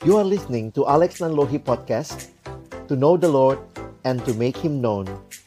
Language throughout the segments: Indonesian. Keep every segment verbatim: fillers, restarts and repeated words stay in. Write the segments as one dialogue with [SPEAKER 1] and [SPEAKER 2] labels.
[SPEAKER 1] You are listening to Alex Nanlohi Podcast, to know the Lord and to make Him known.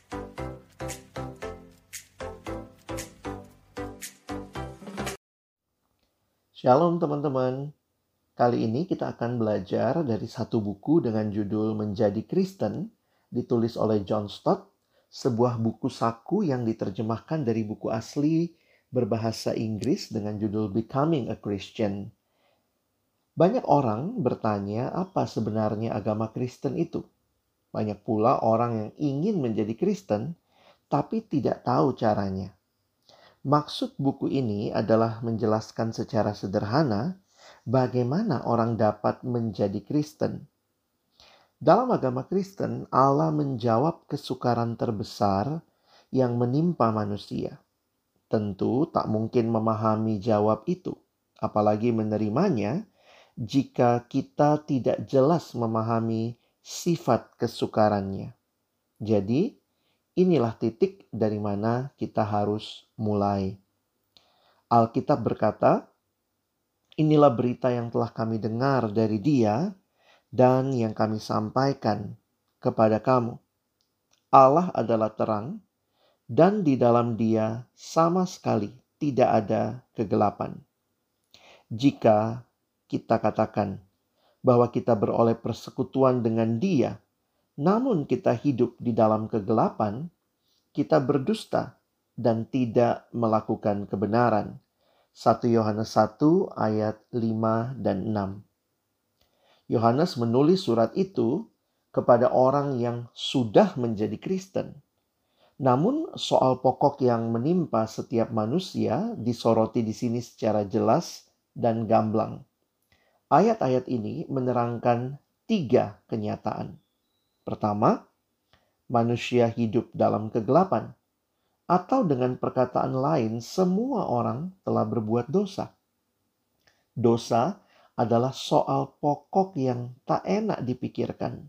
[SPEAKER 1] Shalom teman-teman. Kali ini kita akan belajar dari satu buku dengan judul Menjadi Kristen, ditulis oleh John Stott, sebuah buku saku yang diterjemahkan dari buku asli berbahasa Inggris dengan judul Becoming a Christian. Banyak orang bertanya apa sebenarnya agama Kristen itu. Banyak pula orang yang ingin menjadi Kristen, tapi tidak tahu caranya. Maksud buku ini adalah menjelaskan secara sederhana bagaimana orang dapat menjadi Kristen. Dalam agama Kristen, Allah menjawab kesukaran terbesar yang menimpa manusia. Tentu tak mungkin memahami jawab itu, apalagi menerimanya, jika kita tidak jelas memahami sifat kesukarannya. Jadi, inilah titik dari mana kita harus mulai. Alkitab berkata, "Inilah berita yang telah kami dengar dari Dia dan yang kami sampaikan kepada kamu. Allah adalah terang, dan di dalam Dia sama sekali tidak ada kegelapan." Jika kita katakan bahwa kita beroleh persekutuan dengan Dia, namun kita hidup di dalam kegelapan, kita berdusta dan tidak melakukan kebenaran. satu Yohanes satu ayat lima dan enam. Yohanes menulis surat itu kepada orang yang sudah menjadi Kristen. Namun soal pokok yang menimpa setiap manusia disoroti di sini secara jelas dan gamblang. Ayat-ayat ini menerangkan tiga kenyataan. Pertama, manusia hidup dalam kegelapan. Atau dengan perkataan lain, semua orang telah berbuat dosa. Dosa adalah soal pokok yang tak enak dipikirkan.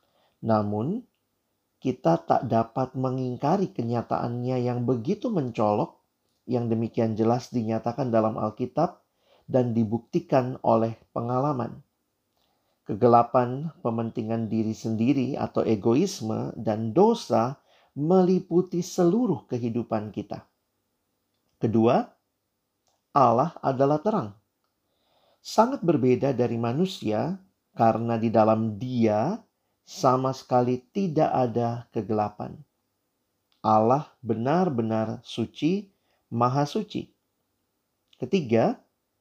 [SPEAKER 1] Namun, kita tak dapat mengingkari kenyataannya yang begitu mencolok, yang demikian jelas dinyatakan dalam Alkitab dan dibuktikan oleh pengalaman. Kegelapan, pementingan diri sendiri atau egoisme, dan dosa meliputi seluruh kehidupan kita. Kedua, Allah adalah terang. Sangat berbeda dari manusia karena di dalam Dia sama sekali tidak ada kegelapan. Allah benar-benar suci, maha suci. Ketiga,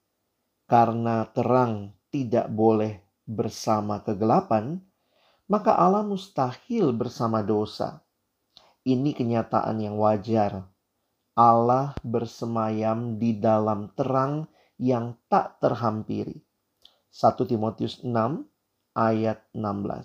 [SPEAKER 1] karena terang tidak boleh bersama kegelapan, maka Allah mustahil bersama dosa. Ini kenyataan yang wajar. Allah bersemayam di dalam terang yang tak terhampiri. satu Timotius enam ayat enam belas.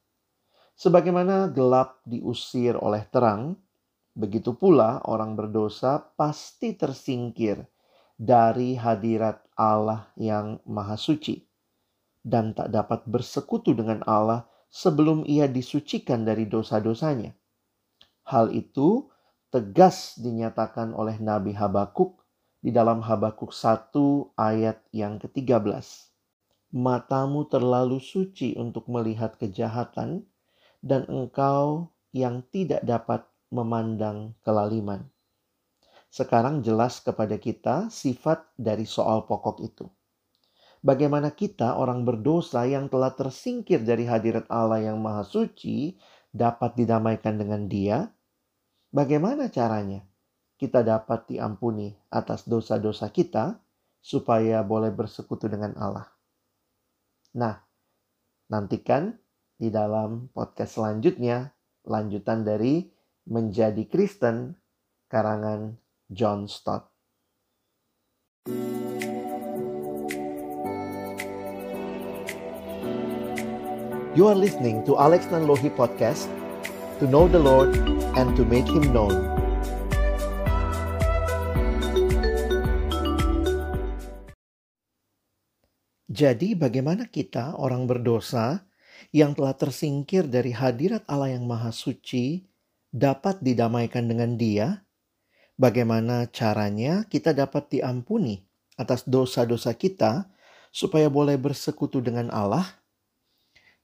[SPEAKER 1] Sebagaimana gelap diusir oleh terang, begitu pula orang berdosa pasti tersingkir dari hadirat Allah yang maha suci dan tak dapat bersekutu dengan Allah sebelum ia disucikan dari dosa-dosanya. Hal itu tegas dinyatakan oleh Nabi Habakuk di dalam Habakuk satu ayat yang ketiga belas. Matamu terlalu suci untuk melihat kejahatan, dan engkau yang tidak dapat memandang kelaliman. Sekarang jelas kepada kita sifat dari soal pokok itu. Bagaimana kita orang berdosa yang telah tersingkir dari hadirat Allah yang maha suci dapat didamaikan dengan Dia? Bagaimana caranya kita dapat diampuni atas dosa-dosa kita supaya boleh bersekutu dengan Allah? Nah, nantikan di dalam podcast selanjutnya lanjutan dari Menjadi Kristen karangan John Stott. You are listening to Alex Nanlohi Podcast, to know the Lord and to make Him known. Jadi bagaimana kita orang berdosa yang telah tersingkir dari hadirat Allah yang maha suci dapat didamaikan dengan Dia? Bagaimana caranya kita dapat diampuni atas dosa-dosa kita supaya boleh bersekutu dengan Allah?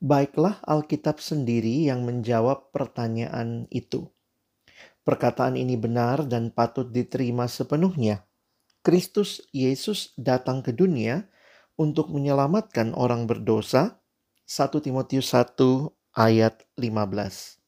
[SPEAKER 1] Baiklah, Alkitab sendiri yang menjawab pertanyaan itu. Perkataan ini benar dan patut diterima sepenuhnya. Kristus Yesus datang ke dunia untuk menyelamatkan orang berdosa. satu Timotius satu ayat lima belas.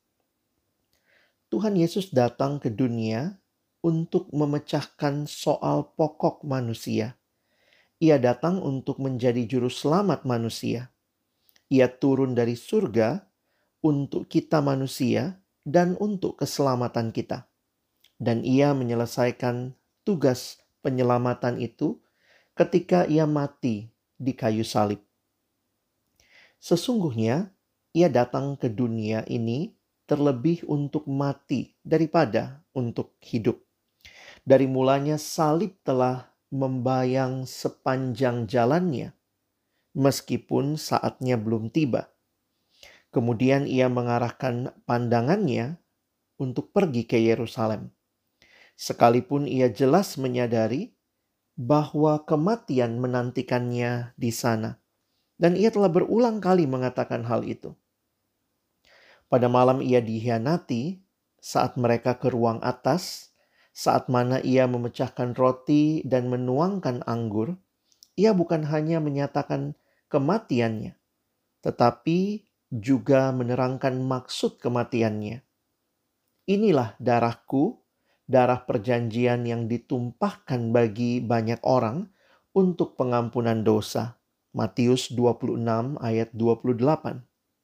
[SPEAKER 1] Tuhan Yesus datang ke dunia untuk memecahkan soal pokok manusia. Ia datang untuk menjadi juru selamat manusia. Ia turun dari surga untuk kita manusia dan untuk keselamatan kita. Dan ia menyelesaikan tugas penyelamatan itu ketika ia mati di kayu salib. Sesungguhnya ia datang ke dunia ini terlebih untuk mati daripada untuk hidup. Dari mulanya salib telah membayang sepanjang jalannya, meskipun saatnya belum tiba. Kemudian ia mengarahkan pandangannya untuk pergi ke Yerusalem. Sekalipun ia jelas menyadari bahwa kematian menantikannya di sana. Dan ia telah berulang kali mengatakan hal itu. Pada malam ia dikhianati saat mereka ke ruang atas, saat mana ia memecahkan roti dan menuangkan anggur. Ia bukan hanya menyatakan kematiannya, tetapi juga menerangkan maksud kematiannya. Inilah darahku, darah perjanjian yang ditumpahkan bagi banyak orang untuk pengampunan dosa. Matius dua puluh enam ayat dua puluh delapan.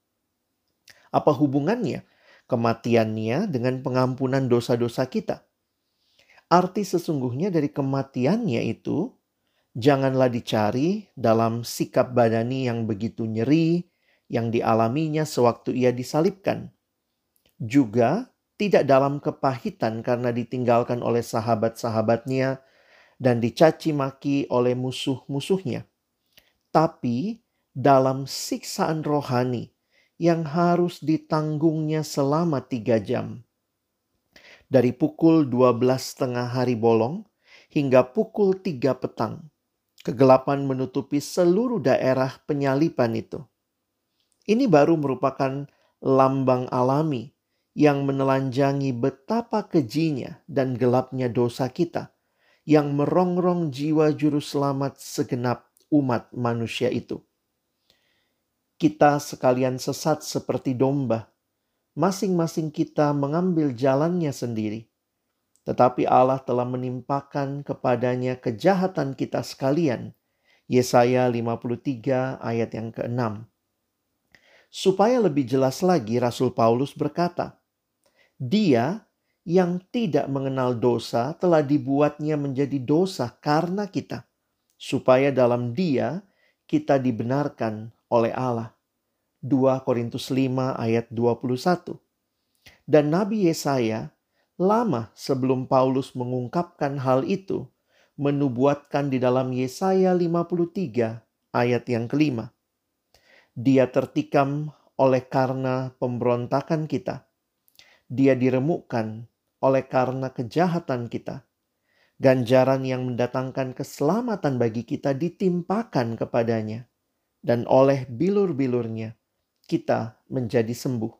[SPEAKER 1] Apa hubungannya kematiannya dengan pengampunan dosa-dosa kita? Arti sesungguhnya dari kematiannya itu, janganlah dicari dalam sikap badani yang begitu nyeri yang dialaminya sewaktu ia disalibkan. Juga tidak dalam kepahitan karena ditinggalkan oleh sahabat-sahabatnya dan dicaci maki oleh musuh-musuhnya. Tapi dalam siksaan rohani yang harus ditanggungnya selama tiga jam. Dari pukul dua belas tengah hari bolong hingga pukul tiga petang. Kegelapan menutupi seluruh daerah penyalipan itu. Ini baru merupakan lambang alami yang menelanjangi betapa kejinya dan gelapnya dosa kita yang merongrong jiwa juru selamat segenap umat manusia itu. Kita sekalian sesat seperti domba. Masing-masing kita mengambil jalannya sendiri. Tetapi Allah telah menimpakan kepadanya kejahatan kita sekalian. Yesaya lima puluh tiga ayat yang keenam. Supaya lebih jelas lagi Rasul Paulus berkata, Dia yang tidak mengenal dosa telah dibuatnya menjadi dosa karena kita, supaya dalam Dia kita dibenarkan oleh Allah. dua Korintus lima ayat dua puluh satu. Dan Nabi Yesaya lama sebelum Paulus mengungkapkan hal itu, menubuatkan di dalam Yesaya lima puluh tiga ayat yang kelima. Dia tertikam oleh karena pemberontakan kita. Dia diremukkan oleh karena kejahatan kita. Ganjaran yang mendatangkan keselamatan bagi kita ditimpakan kepadanya. Dan oleh bilur-bilurnya kita menjadi sembuh.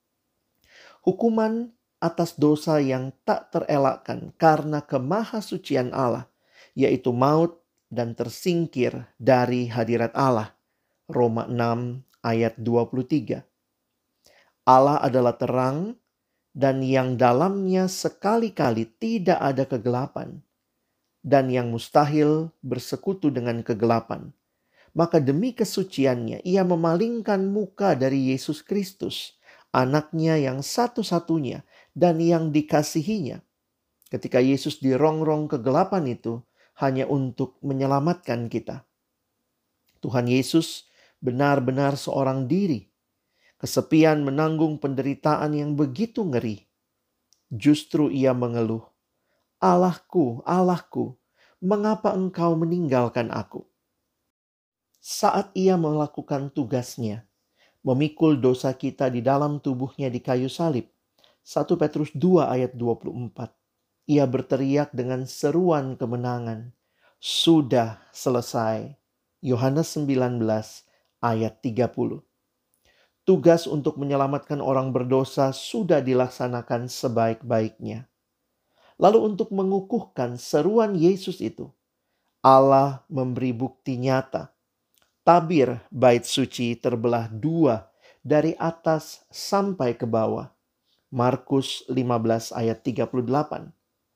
[SPEAKER 1] Hukuman atas dosa yang tak terelakkan karena kemahasucian Allah, yaitu maut dan tersingkir dari hadirat Allah. Roma enam ayat dua puluh tiga. Allah adalah terang dan yang dalamnya sekali-kali tidak ada kegelapan, dan yang mustahil bersekutu dengan kegelapan. Maka demi kesuciannya ia memalingkan muka dari Yesus Kristus, anaknya yang satu-satunya dan yang dikasihinya. Ketika Yesus dirongrong kegelapan itu hanya untuk menyelamatkan kita. Tuhan Yesus benar-benar seorang diri. Kesepian menanggung penderitaan yang begitu ngeri. Justru ia mengeluh, Allahku, Allahku, mengapa engkau meninggalkan aku? Saat ia melakukan tugasnya, memikul dosa kita di dalam tubuhnya di kayu salib. satu Petrus dua ayat dua puluh empat. Ia berteriak dengan seruan kemenangan. Sudah selesai. Yohanes sembilan belas ayat tiga puluh. Tugas untuk menyelamatkan orang berdosa sudah dilaksanakan sebaik-baiknya. Lalu untuk mengukuhkan seruan Yesus itu, Allah memberi bukti nyata. Tabir bait suci terbelah dua dari atas sampai ke bawah. Markus lima belas ayat tiga puluh delapan.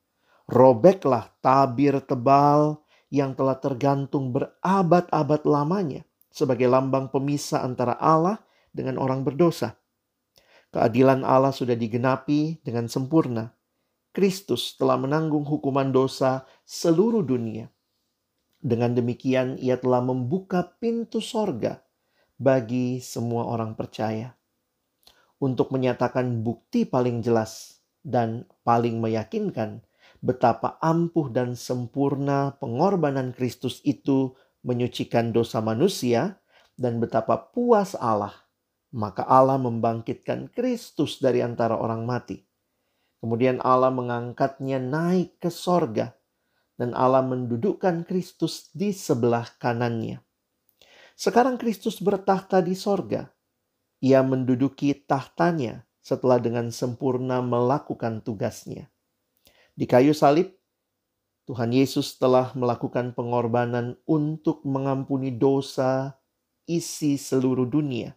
[SPEAKER 1] Robeklah tabir tebal yang telah tergantung berabad-abad lamanya sebagai lambang pemisah antara Allah dengan orang berdosa. Keadilan Allah sudah digenapi dengan sempurna. Kristus telah menanggung hukuman dosa seluruh dunia. Dengan demikian ia telah membuka pintu sorga bagi semua orang percaya. Untuk menyatakan bukti paling jelas dan paling meyakinkan betapa ampuh dan sempurna pengorbanan Kristus itu menyucikan dosa manusia dan betapa puas Allah, maka Allah membangkitkan Kristus dari antara orang mati. Kemudian Allah mengangkatnya naik ke sorga dan Allah mendudukkan Kristus di sebelah kanannya. Sekarang Kristus bertahta di sorga. Ia menduduki tahtanya setelah dengan sempurna melakukan tugasnya. Di kayu salib, Tuhan Yesus telah melakukan pengorbanan untuk mengampuni dosa isi seluruh dunia,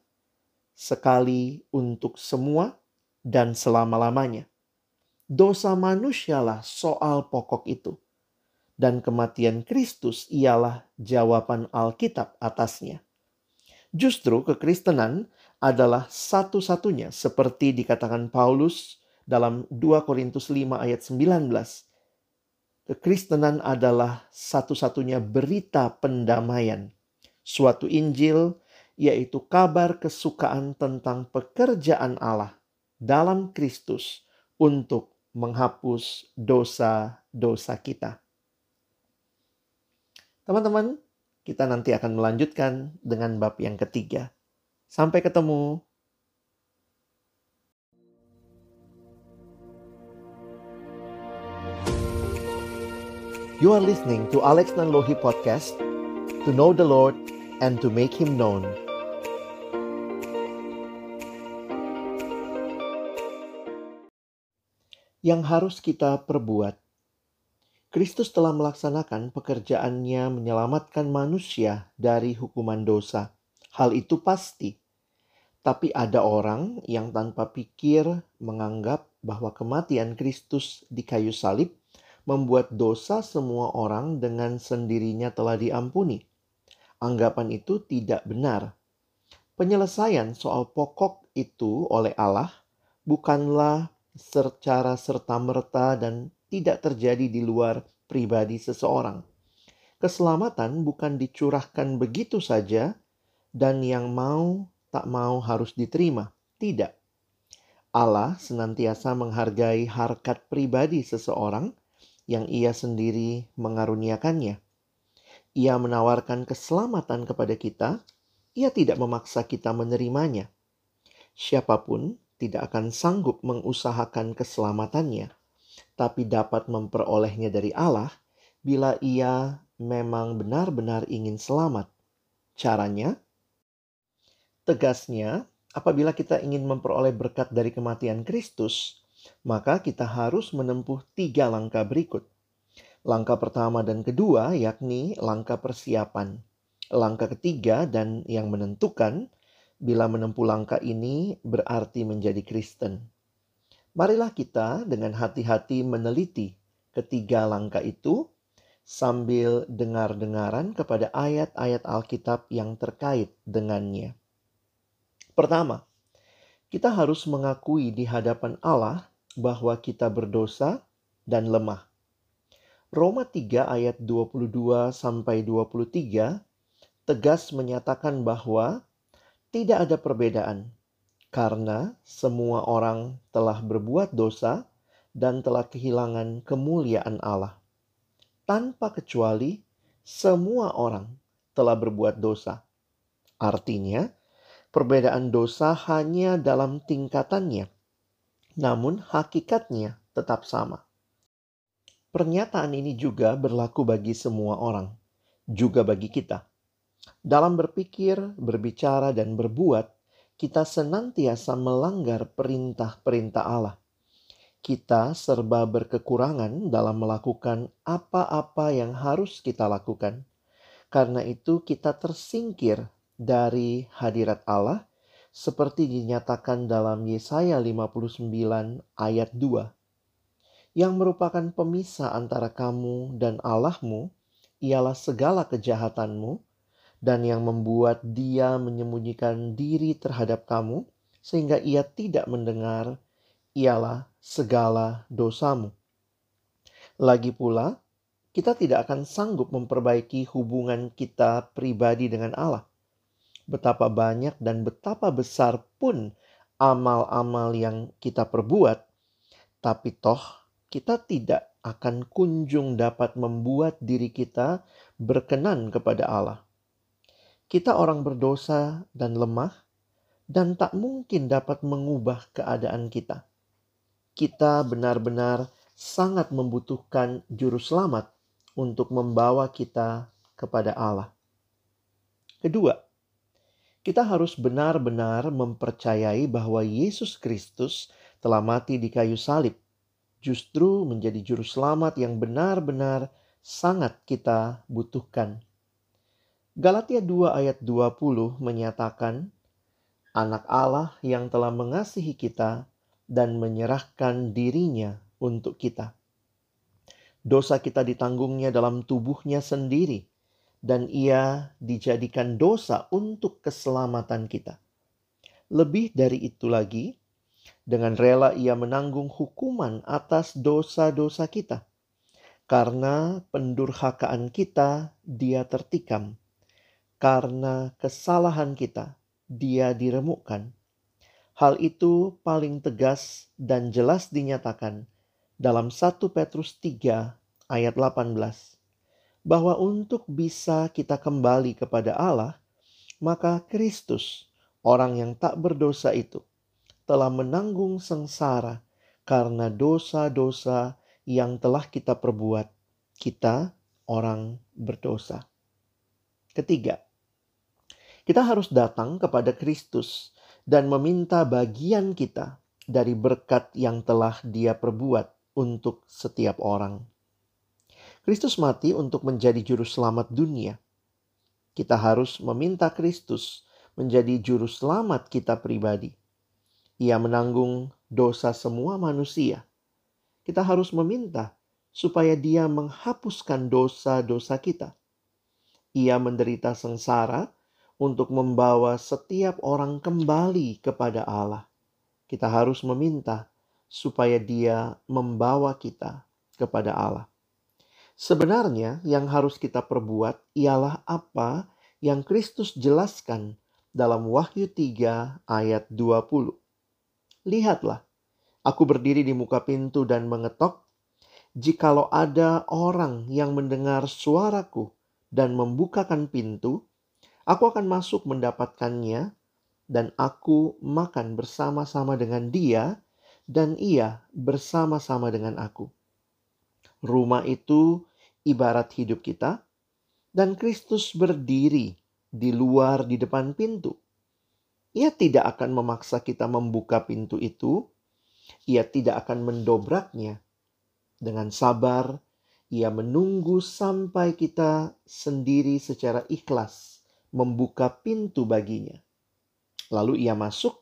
[SPEAKER 1] sekali untuk semua dan selama-lamanya. Dosa manusialah soal pokok itu, dan kematian Kristus ialah jawaban Alkitab atasnya. Justru kekristenan adalah satu-satunya seperti dikatakan Paulus dalam dua Korintus lima ayat sembilan belas. Kekristenan adalah satu-satunya berita pendamaian. Suatu Injil, yaitu kabar kesukaan tentang pekerjaan Allah dalam Kristus untuk menghapus dosa-dosa kita. Teman-teman, kita nanti akan melanjutkan dengan bab yang ketiga. Sampai ketemu. You are listening to Alex Nanlohi Podcast, to know the Lord and to make Him known. Yang harus kita perbuat. Kristus telah melaksanakan pekerjaannya menyelamatkan manusia dari hukuman dosa. Hal itu pasti. Tapi ada orang yang tanpa pikir menganggap bahwa kematian Kristus di kayu salib membuat dosa semua orang dengan sendirinya telah diampuni. Anggapan itu tidak benar. Penyelesaian soal pokok itu oleh Allah bukanlah secara serta-merta dan tidak terjadi di luar pribadi seseorang. Keselamatan bukan dicurahkan begitu saja dan yang mau tak mau harus diterima. Tidak. Allah senantiasa menghargai harkat pribadi seseorang yang ia sendiri mengaruniakannya. Ia menawarkan keselamatan kepada kita. Ia tidak memaksa kita menerimanya. Siapapun tidak akan sanggup mengusahakan keselamatannya, tapi dapat memperolehnya dari Allah bila ia memang benar-benar ingin selamat. Caranya, tegasnya, apabila kita ingin memperoleh berkat dari kematian Kristus, maka kita harus menempuh tiga langkah berikut. Langkah pertama dan kedua yakni langkah persiapan. Langkah ketiga dan yang menentukan, bila menempuh langkah ini berarti menjadi Kristen. Marilah kita dengan hati-hati meneliti ketiga langkah itu sambil dengar-dengaran kepada ayat-ayat Alkitab yang terkait dengannya. Pertama, kita harus mengakui di hadapan Allah bahwa kita berdosa dan lemah. Roma tiga ayat dua puluh dua sampai dua puluh tiga tegas menyatakan bahwa tidak ada perbedaan karena semua orang telah berbuat dosa dan telah kehilangan kemuliaan Allah. Tanpa kecuali semua orang telah berbuat dosa. Artinya, perbedaan dosa hanya dalam tingkatannya, namun hakikatnya tetap sama. Pernyataan ini juga berlaku bagi semua orang, juga bagi kita. Dalam berpikir, berbicara, dan berbuat, kita senantiasa melanggar perintah-perintah Allah. Kita serba berkekurangan dalam melakukan apa-apa yang harus kita lakukan. Karena itu kita tersingkir dari hadirat Allah seperti dinyatakan dalam Yesaya lima puluh sembilan ayat dua. Yang merupakan pemisah antara kamu dan Allahmu ialah segala kejahatanmu, dan yang membuat Dia menyembunyikan diri terhadap kamu sehingga Ia tidak mendengar ialah segala dosamu. Lagi pula, kita tidak akan sanggup memperbaiki hubungan kita pribadi dengan Allah. Betapa banyak dan betapa besar pun amal-amal yang kita perbuat, tapi toh kita tidak akan kunjung dapat membuat diri kita berkenan kepada Allah. Kita orang berdosa dan lemah, dan tak mungkin dapat mengubah keadaan kita. Kita benar-benar sangat membutuhkan juru selamat untuk membawa kita kepada Allah. Kedua, kita harus benar-benar mempercayai bahwa Yesus Kristus telah mati di kayu salib, justru menjadi juru selamat yang benar-benar sangat kita butuhkan. Galatia dua ayat dua puluh menyatakan, Anak Allah yang telah mengasihi kita dan menyerahkan dirinya untuk kita. Dosa kita ditanggungnya dalam tubuhnya sendiri, dan ia dijadikan dosa untuk keselamatan kita. Lebih dari itu lagi, dengan rela ia menanggung hukuman atas dosa-dosa kita. Karena pendurhakaan kita, dia tertikam. Karena kesalahan kita, dia diremukkan. Hal itu paling tegas dan jelas dinyatakan dalam satu Petrus tiga ayat delapan belas. Bahwa untuk bisa kita kembali kepada Allah, maka Kristus, orang yang tak berdosa itu, telah menanggung sengsara karena dosa-dosa yang telah kita perbuat. Kita orang berdosa. Ketiga, kita harus datang kepada Kristus dan meminta bagian kita dari berkat yang telah Dia perbuat untuk setiap orang. Kristus mati untuk menjadi juru selamat dunia. Kita harus meminta Kristus menjadi juru selamat kita pribadi. Ia menanggung dosa semua manusia. Kita harus meminta supaya Dia menghapuskan dosa-dosa kita. Ia menderita sengsara untuk membawa setiap orang kembali kepada Allah. Kita harus meminta supaya Dia membawa kita kepada Allah. Sebenarnya yang harus kita perbuat ialah apa yang Kristus jelaskan dalam Wahyu tiga ayat dua puluh. Lihatlah, aku berdiri di muka pintu dan mengetok. Jikalau ada orang yang mendengar suaraku dan membukakan pintu, aku akan masuk mendapatkannya, dan aku makan bersama-sama dengan dia, dan ia bersama-sama dengan aku. Rumah itu ibarat hidup kita, dan Kristus berdiri di luar di depan pintu. Ia tidak akan memaksa kita membuka pintu itu. Ia tidak akan mendobraknya. Dengan sabar, ia menunggu sampai kita sendiri secara ikhlas membuka pintu baginya. Lalu ia masuk.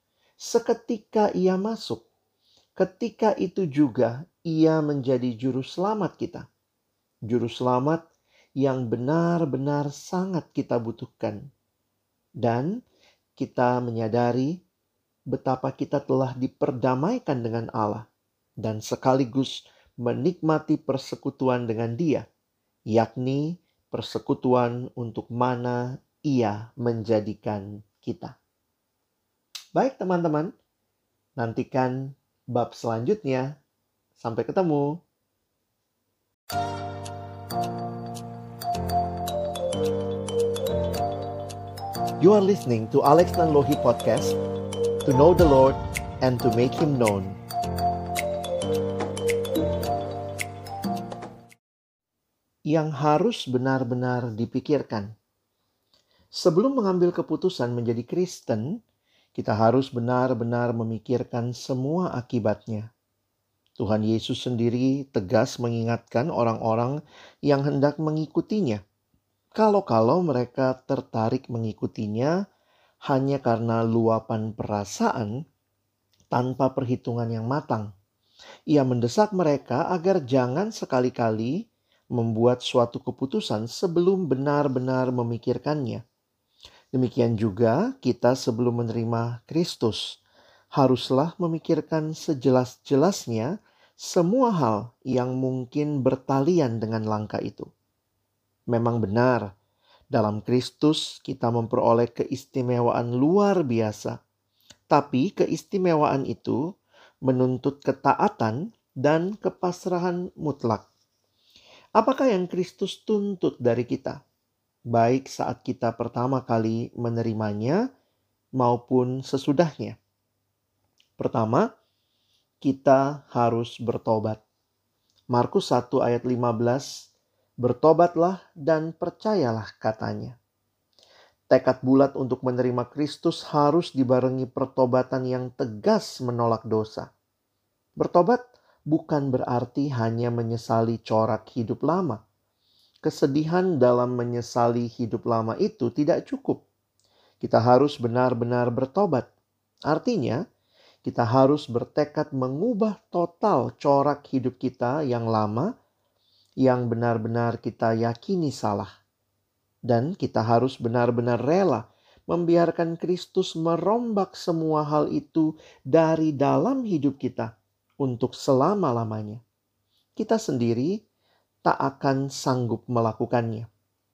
[SPEAKER 1] Seketika ia masuk, ketika itu juga ia menjadi juru selamat kita. Juru selamat yang benar-benar sangat kita butuhkan. Dan kita menyadari betapa kita telah diperdamaikan dengan Allah dan sekaligus menikmati persekutuan dengan Dia, yakni persekutuan untuk mana Ia menjadikan kita. Baik teman-teman, nantikan bab selanjutnya. Sampai ketemu. You are listening to Alex Nanlohi Podcast, to know the Lord and to make Him known. Yang harus benar-benar dipikirkan. Sebelum mengambil keputusan menjadi Kristen, Kita harus benar-benar memikirkan semua akibatnya. Tuhan Yesus sendiri tegas mengingatkan orang-orang yang hendak mengikutinya. Kalau-kalau mereka tertarik mengikutinya hanya karena luapan perasaan tanpa perhitungan yang matang. Ia mendesak mereka agar jangan sekali-kali membuat suatu keputusan sebelum benar-benar memikirkannya. Demikian juga kita sebelum menerima Kristus haruslah memikirkan sejelas-jelasnya semua hal yang mungkin bertalian dengan langkah itu. Memang benar, dalam Kristus kita memperoleh keistimewaan luar biasa. Tapi keistimewaan itu menuntut ketaatan dan kepasrahan mutlak. Apakah yang Kristus tuntut dari kita? Baik saat kita pertama kali menerimanya maupun sesudahnya. Pertama, kita harus bertobat. Markus satu ayat lima belas, bertobatlah dan percayalah katanya. Tekad bulat untuk menerima Kristus harus dibarengi pertobatan yang tegas menolak dosa. Bertobat bukan berarti hanya menyesali corak hidup lama. Kesedihan dalam menyesali hidup lama itu tidak cukup. Kita harus benar-benar bertobat. Artinya, kita harus bertekad mengubah total corak hidup kita yang lama, yang benar-benar kita yakini salah. Dan kita harus benar-benar rela membiarkan Kristus merombak semua hal itu dari dalam hidup kita untuk selama-lamanya. Kita sendiri tak akan sanggup melakukannya.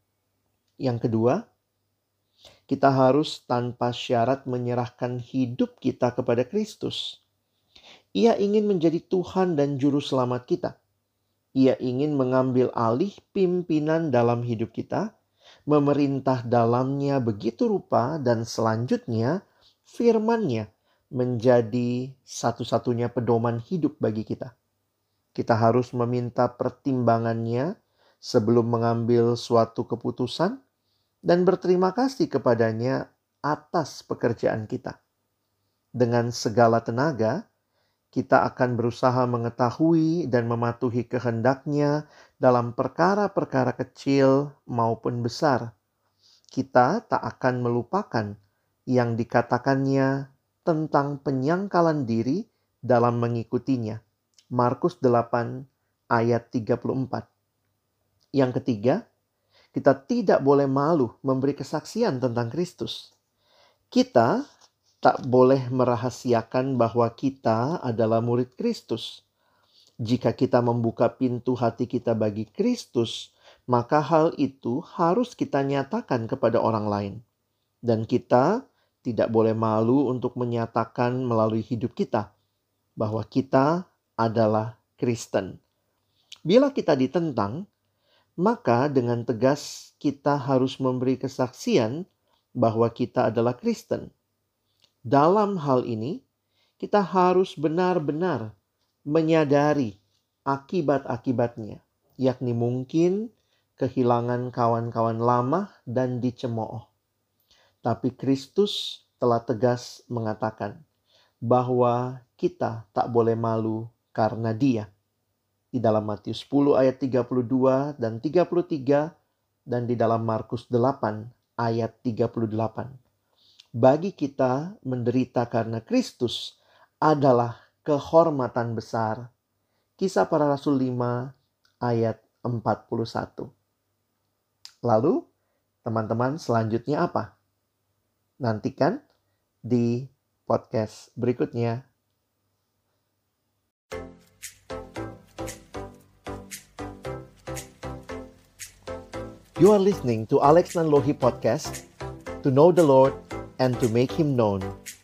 [SPEAKER 1] Yang kedua, kita harus tanpa syarat menyerahkan hidup kita kepada Kristus. Ia ingin menjadi Tuhan dan Juru Selamat kita. Ia ingin mengambil alih pimpinan dalam hidup kita, memerintah dalamnya begitu rupa, dan selanjutnya firman-Nya menjadi satu-satunya pedoman hidup bagi kita. Kita harus meminta pertimbangannya sebelum mengambil suatu keputusan dan berterima kasih kepadanya atas pekerjaan kita. Dengan segala tenaga, kita akan berusaha mengetahui dan mematuhi kehendak-Nya dalam perkara-perkara kecil maupun besar. Kita tak akan melupakan yang dikatakannya tentang penyangkalan diri dalam mengikutinya. Markus delapan ayat tiga puluh empat. Yang ketiga, kita tidak boleh malu memberi kesaksian tentang Kristus. Kita tak boleh merahasiakan bahwa kita adalah murid Kristus. Jika kita membuka pintu hati kita bagi Kristus, maka hal itu harus kita nyatakan kepada orang lain. Dan kita tidak boleh malu untuk menyatakan melalui hidup kita bahwa kita adalah Kristen. Bila kita ditentang, maka dengan tegas kita harus memberi kesaksian bahwa kita adalah Kristen. Dalam hal ini, kita harus benar-benar menyadari akibat-akibatnya, yakni mungkin kehilangan kawan-kawan lama dan dicemooh. Tapi Kristus telah tegas mengatakan bahwa kita tak boleh malu karena Dia. Di dalam Matius sepuluh ayat tiga puluh dua dan tiga puluh tiga, dan di dalam Markus delapan ayat tiga puluh delapan. Bagi kita menderita karena Kristus adalah kehormatan besar. Kisah Para Rasul lima ayat empat puluh satu. Lalu, teman-teman, selanjutnya apa? Nantikan di podcast berikutnya. You are listening to Alex Nanlohi Podcast, to know the Lord and to make Him known.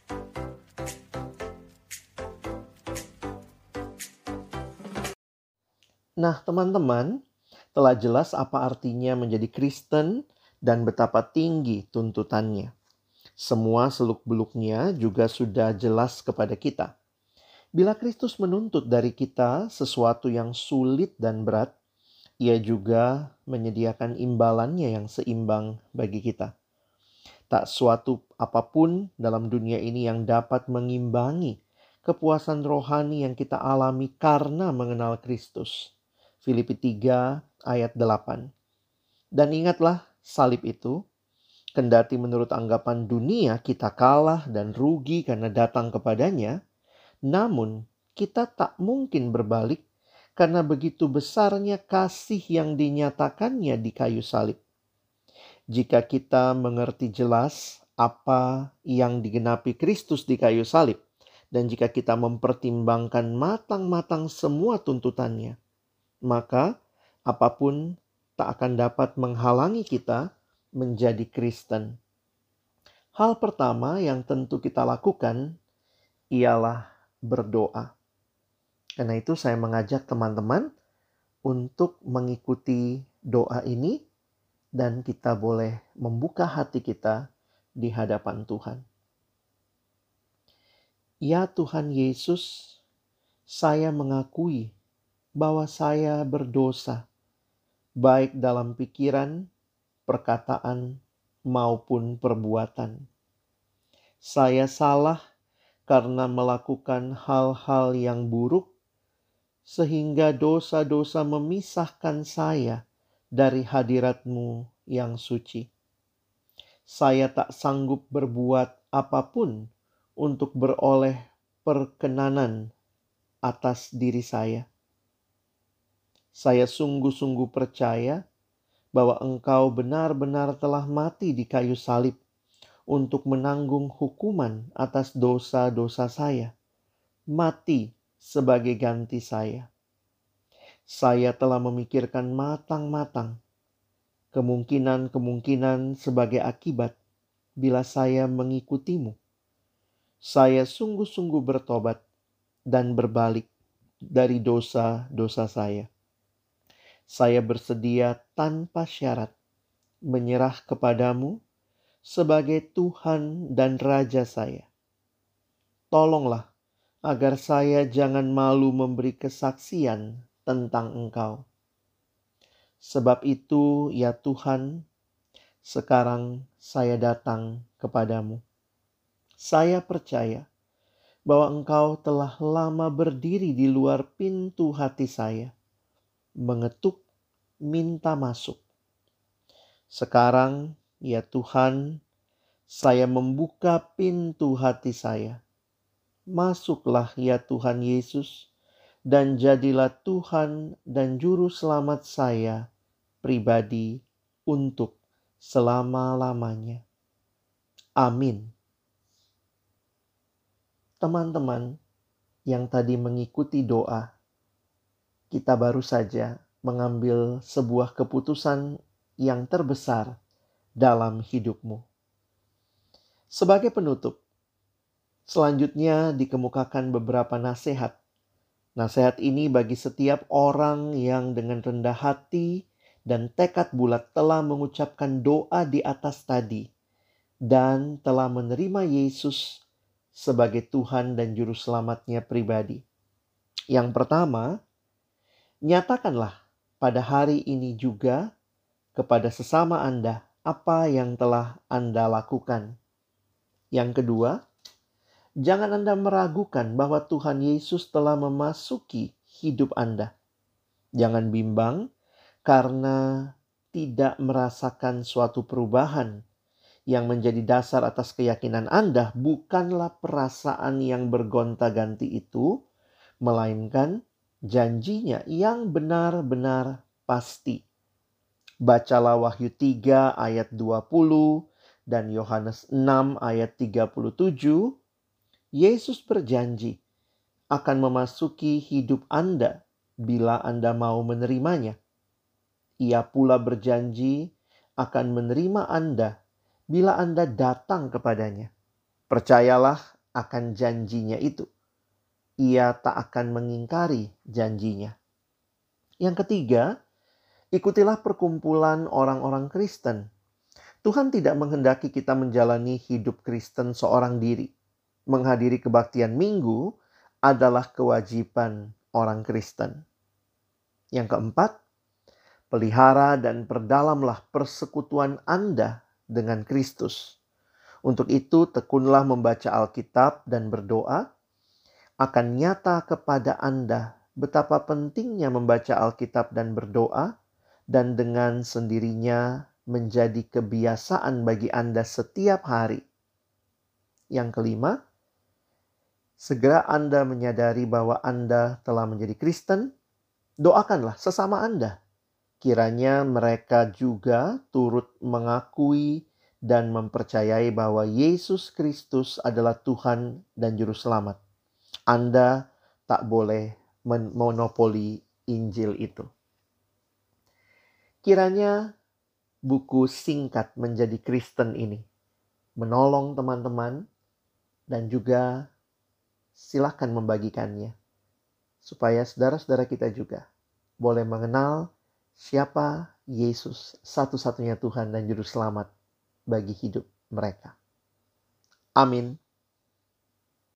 [SPEAKER 1] Nah, teman-teman, telah jelas apa artinya menjadi Kristen dan betapa tinggi tuntutannya. Semua seluk-beluknya juga sudah jelas kepada kita. Bila Kristus menuntut dari kita sesuatu yang sulit dan berat, Ia juga menyediakan imbalannya yang seimbang bagi kita. Tak suatu apapun dalam dunia ini yang dapat mengimbangi kepuasan rohani yang kita alami karena mengenal Kristus. Filipi tiga ayat delapan. Dan ingatlah salib itu, kendati menurut anggapan dunia kita kalah dan rugi karena datang kepadanya, namun kita tak mungkin berbalik karena begitu besarnya kasih yang dinyatakannya di kayu salib. Jika kita mengerti jelas apa yang digenapi Kristus di kayu salib, dan jika kita mempertimbangkan matang-matang semua tuntutannya, maka apapun tak akan dapat menghalangi kita menjadi Kristen. Hal pertama yang tentu kita lakukan ialah berdoa. Karena itu saya mengajak teman-teman untuk mengikuti doa ini dan kita boleh membuka hati kita di hadapan Tuhan. Ya Tuhan Yesus, saya mengakui bahwa saya berdosa, baik dalam pikiran, perkataan, maupun perbuatan. Saya salah karena melakukan hal-hal yang buruk, sehingga dosa-dosa memisahkan saya dari hadirat-Mu yang suci. Saya tak sanggup berbuat apapun untuk beroleh perkenanan atas diri saya. Saya sungguh-sungguh percaya bahwa Engkau benar-benar telah mati di kayu salib untuk menanggung hukuman atas dosa-dosa saya. Mati sebagai ganti saya. Saya telah memikirkan matang-matang kemungkinan-kemungkinan sebagai akibat bila saya mengikutimu. Saya sungguh-sungguh bertobat dan berbalik dari dosa-dosa saya. Saya bersedia tanpa syarat menyerah kepadamu sebagai Tuhan dan Raja saya. Tolonglah agar saya jangan malu memberi kesaksian tentang Engkau. Sebab itu, ya Tuhan, sekarang saya datang kepadamu. Saya percaya bahwa Engkau telah lama berdiri di luar pintu hati saya, mengetuk, minta masuk. Sekarang, ya Tuhan, saya membuka pintu hati saya. Masuklah ya Tuhan Yesus, dan jadilah Tuhan dan Juru Selamat saya pribadi untuk selama-lamanya. Amin. Teman-teman yang tadi mengikuti doa, kita baru saja mengambil sebuah keputusan yang terbesar dalam hidupmu. Sebagai penutup, selanjutnya dikemukakan beberapa nasihat. Nasihat ini bagi setiap orang yang dengan rendah hati dan tekad bulat telah mengucapkan doa di atas tadi dan telah menerima Yesus sebagai Tuhan dan Juru Selamatnya pribadi. Yang pertama, nyatakanlah pada hari ini juga kepada sesama Anda apa yang telah Anda lakukan. Yang kedua, jangan Anda meragukan bahwa Tuhan Yesus telah memasuki hidup Anda. Jangan bimbang karena tidak merasakan suatu perubahan. Yang menjadi dasar atas keyakinan Anda bukanlah perasaan yang bergonta-ganti itu, melainkan janjinya yang benar-benar pasti. Bacalah Wahyu tiga ayat dua puluh dan Yohanes enam ayat tiga puluh tujuh. Yesus berjanji akan memasuki hidup Anda bila Anda mau menerimanya. Ia pula berjanji akan menerima Anda bila Anda datang kepadanya. Percayalah akan janjinya itu. Ia tak akan mengingkari janjinya. Yang ketiga, ikutilah perkumpulan orang-orang Kristen. Tuhan tidak menghendaki kita menjalani hidup Kristen seorang diri. Menghadiri kebaktian minggu adalah kewajiban orang Kristen. Yang keempat, pelihara dan perdalamlah persekutuan Anda dengan Kristus. Untuk itu, tekunlah membaca Alkitab dan berdoa. Akan nyata kepada Anda betapa pentingnya membaca Alkitab dan berdoa, dan dengan sendirinya menjadi kebiasaan bagi Anda setiap hari. Yang kelima, segera Anda menyadari bahwa Anda telah menjadi Kristen, doakanlah sesama Anda. Kiranya mereka juga turut mengakui dan mempercayai bahwa Yesus Kristus adalah Tuhan dan Juru Selamat. Anda tak boleh memonopoli Injil itu. Kiranya buku singkat Menjadi Kristen ini menolong teman-teman, dan juga silakan membagikannya supaya saudara-saudara kita juga boleh mengenal siapa Yesus, satu-satunya Tuhan dan Juru Selamat bagi hidup mereka. Amin.